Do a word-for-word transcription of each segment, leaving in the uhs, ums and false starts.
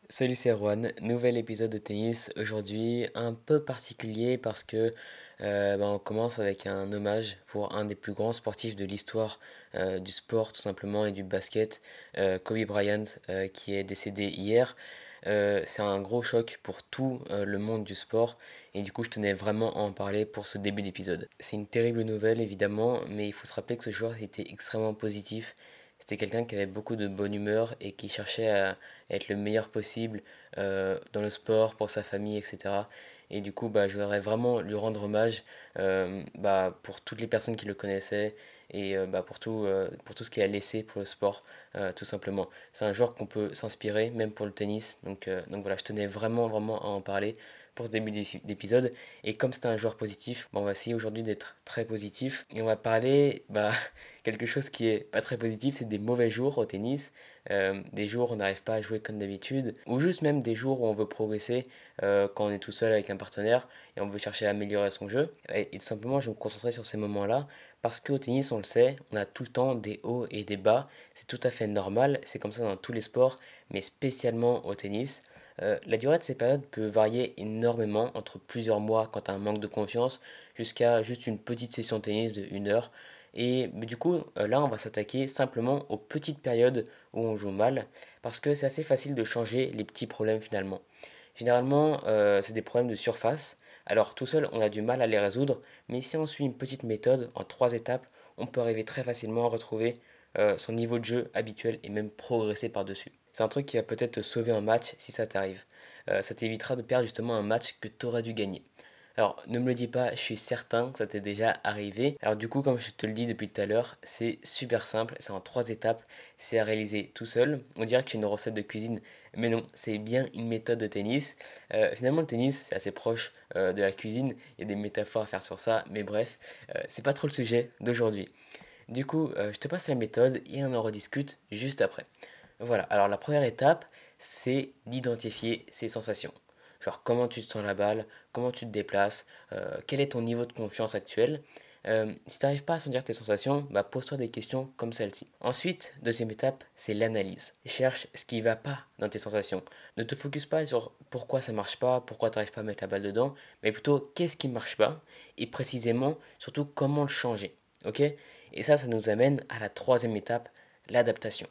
Salut, c'est Erwan, nouvel épisode de tennis. Aujourd'hui, un peu particulier parce que euh, bah, on commence avec un hommage pour un des plus grands sportifs de l'histoire euh, du sport, tout simplement, et du basket, euh, Kobe Bryant, euh, qui est décédé hier. Euh, c'est un gros choc pour tout euh, le monde du sport et du coup, je tenais vraiment à en parler pour ce début d'épisode. C'est une terrible nouvelle, évidemment, mais il faut se rappeler que ce joueur était extrêmement positif. C'était quelqu'un qui avait beaucoup de bonne humeur et qui cherchait à être le meilleur possible euh, dans le sport, pour sa famille, et cetera. Et du coup, bah, je voudrais vraiment lui rendre hommage euh, bah, pour toutes les personnes qui le connaissaient et euh, bah, pour, tout, euh, pour tout ce qu'il a laissé pour le sport, euh, tout simplement. C'est un joueur qu'on peut s'inspirer, même pour le tennis. Donc, euh, donc voilà, je tenais vraiment, vraiment à en parler pour ce début d'épisode. Et comme c'est un joueur positif, bah, on va essayer aujourd'hui d'être très positif. Et on va parler bah, quelque chose qui est pas très positif, c'est des mauvais jours au tennis. Euh, des jours où on n'arrive pas à jouer comme d'habitude, ou juste même des jours où on veut progresser euh, quand on est tout seul avec un partenaire et on veut chercher à améliorer son jeu. Et, et tout simplement, je vais me concentrer sur ces moments-là parce qu'au tennis, on le sait, on a tout le temps des hauts et des bas. C'est tout à fait normal, c'est comme ça dans tous les sports, mais spécialement au tennis. Euh, la durée de ces périodes peut varier énormément entre plusieurs mois quand tu as un manque de confiance jusqu'à juste une petite session de tennis de une heure. Et du coup, euh, là, on va s'attaquer simplement aux petites périodes où on joue mal, parce que c'est assez facile de changer les petits problèmes finalement. Généralement, euh, c'est des problèmes de surface, alors tout seul, on a du mal à les résoudre, mais si on suit une petite méthode en trois étapes, on peut arriver très facilement à retrouver euh, son niveau de jeu habituel et même progresser par-dessus. C'est un truc qui va peut-être te sauver un match si ça t'arrive. Euh, ça t'évitera de perdre justement un match que tu aurais dû gagner. Alors, ne me le dis pas, je suis certain que ça t'est déjà arrivé. Alors du coup, comme je te le dis depuis tout à l'heure, c'est super simple, c'est en trois étapes, c'est à réaliser tout seul. On dirait que c'est une recette de cuisine, mais non, c'est bien une méthode de tennis. Euh, finalement, le tennis, c'est assez proche euh, de la cuisine, il y a des métaphores à faire sur ça, mais bref, euh, c'est pas trop le sujet d'aujourd'hui. Du coup, euh, je te passe la méthode et on en rediscute juste après. Voilà, alors la première étape, c'est d'identifier ses sensations. Genre comment tu te sens la balle, comment tu te déplaces, euh, quel est ton niveau de confiance actuel. Euh, si tu n'arrives pas à sentir tes sensations, bah pose-toi des questions comme celle-ci. Ensuite, deuxième étape, c'est l'analyse. Cherche ce qui ne va pas dans tes sensations. Ne te focus pas sur pourquoi ça marche pas, pourquoi tu n'arrives pas à mettre la balle dedans, mais plutôt qu'est-ce qui ne marche pas et précisément, surtout comment le changer. Ok? Et ça, ça nous amène à la troisième étape, l'adaptation.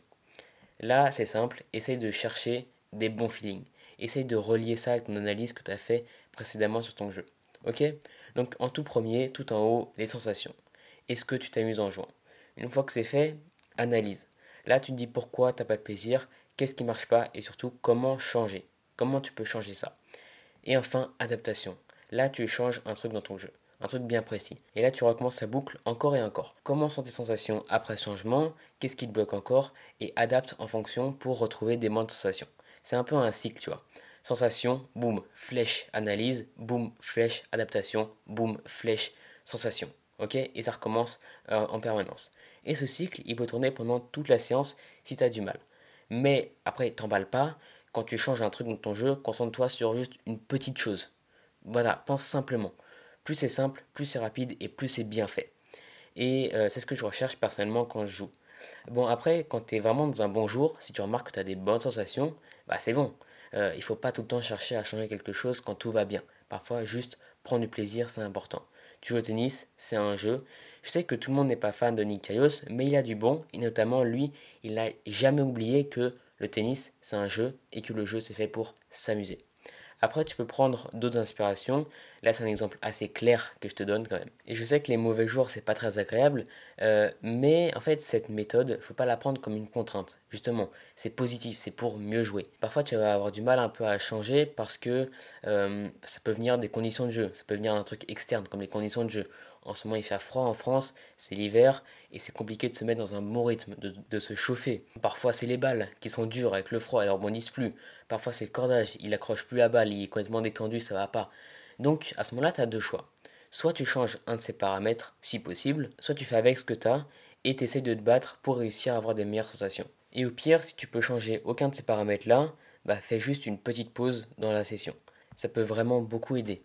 Là, c'est simple, essaye de chercher des bons feelings. Essaye de relier ça avec ton analyse que tu as fait précédemment sur ton jeu. Ok? Donc en tout premier, tout en haut, les sensations. Est-ce que tu t'amuses en jouant? Une fois que c'est fait, analyse. Là, tu te dis pourquoi tu n'as pas de plaisir, qu'est-ce qui marche pas et surtout comment changer. Comment tu peux changer ça. Et enfin, adaptation. Là, tu changes un truc dans ton jeu. Un truc bien précis. Et là, tu recommences la boucle encore et encore. Comment sont tes sensations après ce changement? Qu'est-ce qui te bloque encore? Et adapte en fonction pour retrouver des bonnes sensations. C'est un peu un cycle, tu vois. Sensation, boum, flèche, analyse, boum, flèche, adaptation, boum, flèche, sensation. Ok? Et ça recommence euh, en permanence. Et ce cycle, il peut tourner pendant toute la séance si tu as du mal. Mais après, t'emballes pas, quand tu changes un truc dans ton jeu, concentre-toi sur juste une petite chose. Voilà, pense simplement. Plus c'est simple, plus c'est rapide et plus c'est bien fait. Et euh, c'est ce que je recherche personnellement quand je joue. Bon, après, quand tu es vraiment dans un bon jour, si tu remarques que tu as des bonnes sensations, bah c'est bon. Euh, il ne faut pas tout le temps chercher à changer quelque chose quand tout va bien. Parfois, juste prendre du plaisir, c'est important. Tu joues au tennis, c'est un jeu. Je sais que tout le monde n'est pas fan de Nick Kyrgios, mais il a du bon, et notamment lui, il n'a jamais oublié que le tennis, c'est un jeu, et que le jeu, c'est fait pour s'amuser. Après, tu peux prendre d'autres inspirations. Là, c'est un exemple assez clair que je te donne quand même. Et je sais que les mauvais jours, c'est pas très agréable, euh, mais en fait, cette méthode, faut pas la prendre comme une contrainte. Justement, c'est positif, c'est pour mieux jouer. Parfois, tu vas avoir du mal un peu à changer parce que euh, ça peut venir des conditions de jeu, ça peut venir d'un truc externe, comme les conditions de jeu. En ce moment, il fait froid en France, c'est l'hiver, et c'est compliqué de se mettre dans un bon rythme, de, de se chauffer. Parfois, c'est les balles qui sont dures avec le froid, elles rebondissent plus. Parfois, c'est le cordage, il accroche plus la balle, il est complètement détendu, ça va pas. Donc, à ce moment-là, tu as deux choix. Soit tu changes un de ces paramètres, si possible, soit tu fais avec ce que tu as et tu essaies de te battre pour réussir à avoir des meilleures sensations. Et au pire, si tu peux changer aucun de ces paramètres-là, bah fais juste une petite pause dans la session. Ça peut vraiment beaucoup aider.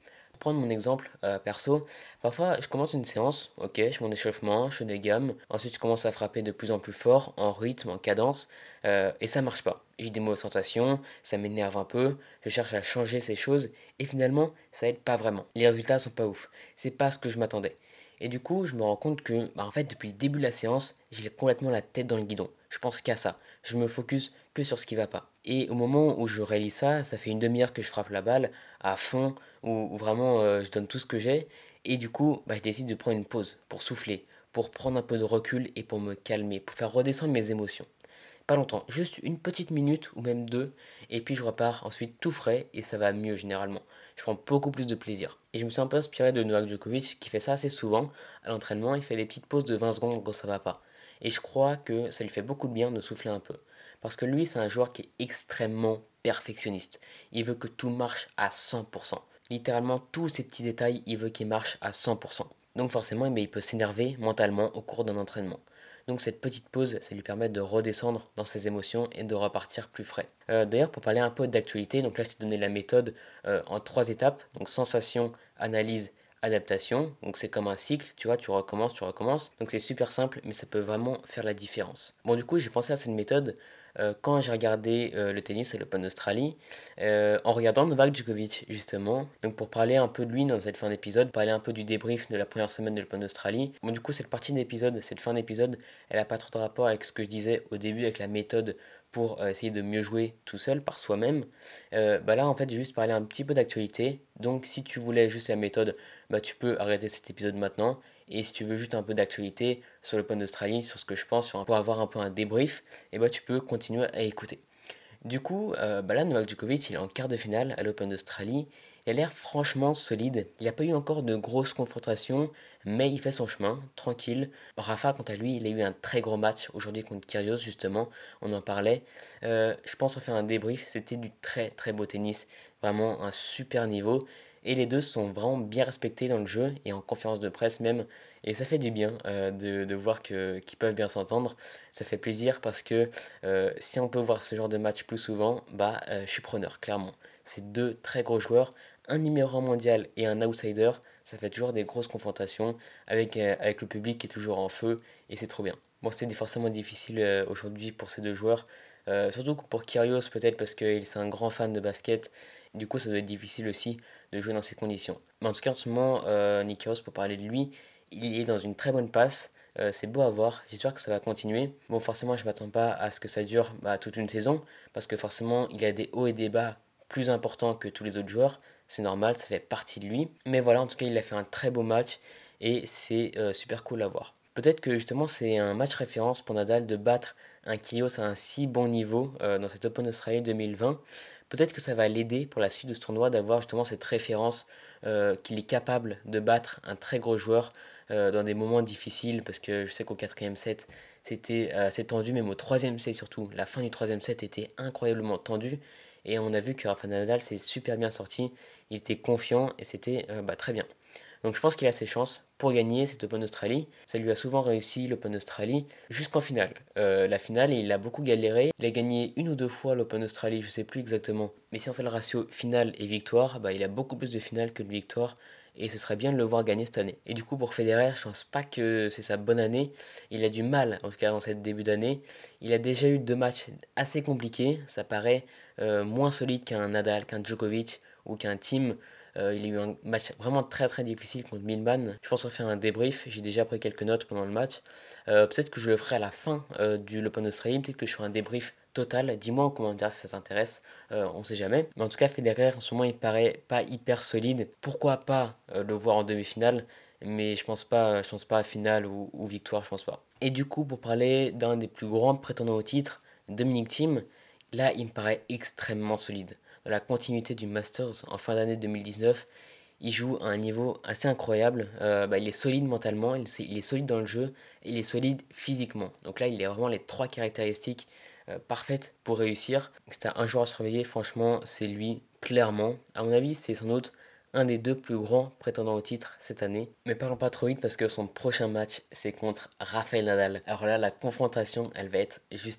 prendre mon exemple euh, perso, parfois je commence une séance, ok, je fais mon échauffement, je fais des gammes, ensuite je commence à frapper de plus en plus fort, en rythme, en cadence, euh, et ça marche pas. J'ai des mauvaises sensations, ça m'énerve un peu, je cherche à changer ces choses, et finalement ça aide pas vraiment. Les résultats sont pas ouf, c'est pas ce que je m'attendais. Et du coup, je me rends compte que, bah, en fait, depuis le début de la séance, j'ai complètement la tête dans le guidon. Je pense qu'à ça. Je me focus que sur ce qui va pas. Et au moment où je réalise ça, ça fait une demi-heure que je frappe la balle à fond, où, où vraiment euh, je donne tout ce que j'ai. Et du coup, bah, je décide de prendre une pause pour souffler, pour prendre un peu de recul et pour me calmer, pour faire redescendre mes émotions. Pas longtemps, juste une petite minute ou même deux, et puis je repars ensuite tout frais et ça va mieux généralement. Je prends beaucoup plus de plaisir. Et je me suis un peu inspiré de Novak Djokovic qui fait ça assez souvent. À l'entraînement, il fait des petites pauses de vingt secondes quand ça va pas. Et je crois que ça lui fait beaucoup de bien de souffler un peu. Parce que lui, c'est un joueur qui est extrêmement perfectionniste. Il veut que tout marche à cent pour cent. Littéralement, tous ces petits détails, il veut qu'ils marchent à cent pour cent. Donc forcément, eh il peut s'énerver mentalement au cours d'un entraînement. Donc cette petite pause, ça lui permet de redescendre dans ses émotions et de repartir plus frais. Euh, D'ailleurs, pour parler un peu d'actualité, donc là je t'ai donné la méthode euh, en trois étapes, donc sensation, analyse, adaptation. Donc c'est comme un cycle, tu vois, tu recommences, tu recommences. Donc c'est super simple, mais ça peut vraiment faire la différence. Bon, du coup, j'ai pensé à cette méthode euh, quand j'ai regardé euh, le tennis et l'Open d'Australie, euh, en regardant Novak Djokovic justement. Donc pour parler un peu de lui dans cette fin d'épisode, parler un peu du débrief de la première semaine de l'Open d'Australie. Bon, du coup, cette partie d'épisode, cette fin d'épisode, elle n'a pas trop de rapport avec ce que je disais au début avec la méthode pour euh, essayer de mieux jouer tout seul par soi-même. Euh, bah là, en fait, j'ai juste parlé un petit peu d'actualité. Donc, si tu voulais juste la méthode, bah tu peux arrêter cet épisode maintenant. Et si tu veux juste un peu d'actualité sur l'Open d'Australie, sur ce que je pense, sur un, pour avoir un peu un débrief, et bah tu peux continuer à écouter. Du coup, euh, bah là, Novak Djokovic, il est en quart de finale à l'Open d'Australie. Il a l'air franchement solide. Il n'a pas eu encore de grosses confrontations, mais il fait son chemin, tranquille. Rafa, quant à lui, il a eu un très gros match aujourd'hui contre Kyrgios, justement. On en parlait. Euh, je pense refaire un débrief. C'était du très très beau tennis. Vraiment un super niveau. Et les deux sont vraiment bien respectés dans le jeu et en conférence de presse même. Et ça fait du bien euh, de, de voir que, qu'ils peuvent bien s'entendre. Ça fait plaisir parce que euh, si on peut voir ce genre de match plus souvent, bah, euh, je suis preneur, clairement. C'est deux très gros joueurs, un numéro un mondial et un outsider, ça fait toujours des grosses confrontations avec, euh, avec le public qui est toujours en feu et c'est trop bien. Bon, c'est forcément difficile euh, aujourd'hui pour ces deux joueurs, euh, surtout pour Kyrgios peut-être parce qu'il c'est un grand fan de basket. Du coup, ça doit être difficile aussi de jouer dans ces conditions. Mais en tout cas, en ce moment, euh, Nick Kyrgios, pour parler de lui, il est dans une très bonne passe. Euh, c'est beau à voir, j'espère que ça va continuer. Bon, forcément, je m'attends pas à ce que ça dure bah, toute une saison, parce que forcément, il a des hauts et des bas plus importants que tous les autres joueurs. C'est normal, ça fait partie de lui. Mais voilà, en tout cas, il a fait un très beau match et c'est euh, super cool à voir. Peut-être que justement, c'est un match référence pour Nadal de battre un Kyrgios à un si bon niveau euh, dans cette Open Australia deux mille vingt. Peut-être que ça va l'aider pour la suite de ce tournoi d'avoir justement cette référence euh, qu'il est capable de battre un très gros joueur euh, dans des moments difficiles, parce que je sais qu'au quatrième set, c'était euh, assez tendu, même au troisième set surtout. La fin du troisième set était incroyablement tendue, et on a vu que Rafa Nadal s'est super bien sorti, il était confiant, et c'était euh, bah, très bien. Donc je pense qu'il a ses chances pour gagner cette Open Australie. Ça lui a souvent réussi l'Open Australie jusqu'en finale. Euh, la finale, il a beaucoup galéré. Il a gagné une ou deux fois l'Open Australie, je sais plus exactement. Mais si on fait le ratio finale et victoire, bah, il a beaucoup plus de finales que de victoires. Et ce serait bien de le voir gagner cette année. Et du coup, pour Federer, je pense pas que c'est sa bonne année. Il a du mal, en tout cas dans cette début d'année. Il a déjà eu deux matchs assez compliqués. Ça paraît euh, moins solide qu'un Nadal, qu'un Djokovic ou qu'un Thiem. Euh, il a eu un match vraiment très très difficile contre Milman. Je pense refaire un débrief. J'ai déjà pris quelques notes pendant le match. Euh, peut-être que je le ferai à la fin euh, du l'Open Australie. Peut-être que je ferai un débrief total. Dis-moi en commentaire si ça t'intéresse. Euh, on sait jamais. Mais en tout cas, Federer en ce moment il paraît pas hyper solide. Pourquoi pas euh, le voir en demi-finale? Mais je pense pas, je pense pas à finale ou, ou victoire, je pense pas. Et du coup, pour parler d'un des plus grands prétendants au titre, Dominic Thiem, là il me paraît extrêmement solide. Dans la continuité du Masters en fin d'année deux mille dix-neuf, il joue à un niveau assez incroyable. Euh, bah, il est solide mentalement, il, il, est solide dans le jeu, et il est solide physiquement. Donc là, il a vraiment les trois caractéristiques euh, parfaites pour réussir. C'est un joueur à surveiller, franchement, c'est lui, clairement. À mon avis, c'est sans doute un des deux plus grands prétendants au titre cette année. Mais parlons pas trop vite parce que son prochain match, c'est contre Rafael Nadal. Alors là, la confrontation, elle va être juste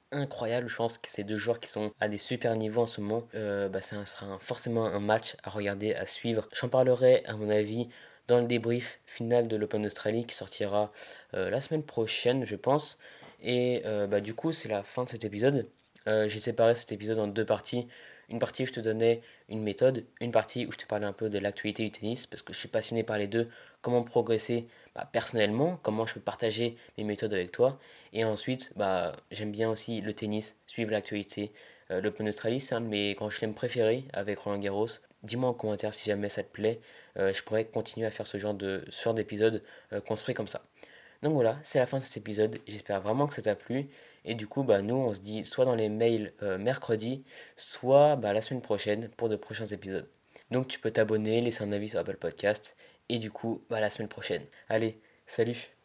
incroyable. Je pense que ces deux joueurs qui sont à des super niveaux en ce moment, euh, bah, ça sera un- forcément un match à regarder, à suivre. J'en parlerai à mon avis dans le débrief final de l'Open d'Australie qui sortira euh, la semaine prochaine, je pense. Et euh, bah, du coup, c'est la fin de cet épisode. Euh, j'ai séparé cet épisode en deux parties. Une partie où je te donnais une méthode, une partie où je te parlais un peu de l'actualité du tennis, parce que je suis passionné par les deux, comment progresser bah, personnellement, comment je peux partager mes méthodes avec toi. Et ensuite, bah, j'aime bien aussi le tennis, suivre l'actualité. Euh, L'Open d'Australie, c'est un de mes grands chelems préférés avec Roland Garros. Dis-moi en commentaire si jamais ça te plaît. Euh, je pourrais continuer à faire ce genre de ce genre d'épisode euh, construit comme ça. Donc voilà, c'est la fin de cet épisode. J'espère vraiment que ça t'a plu. Et du coup, bah, nous, on se dit soit dans les mails euh, mercredi, soit bah, la semaine prochaine pour de prochains épisodes. Donc tu peux t'abonner, laisser un avis sur Apple Podcast. Et du coup, bah, la semaine prochaine. Allez, salut!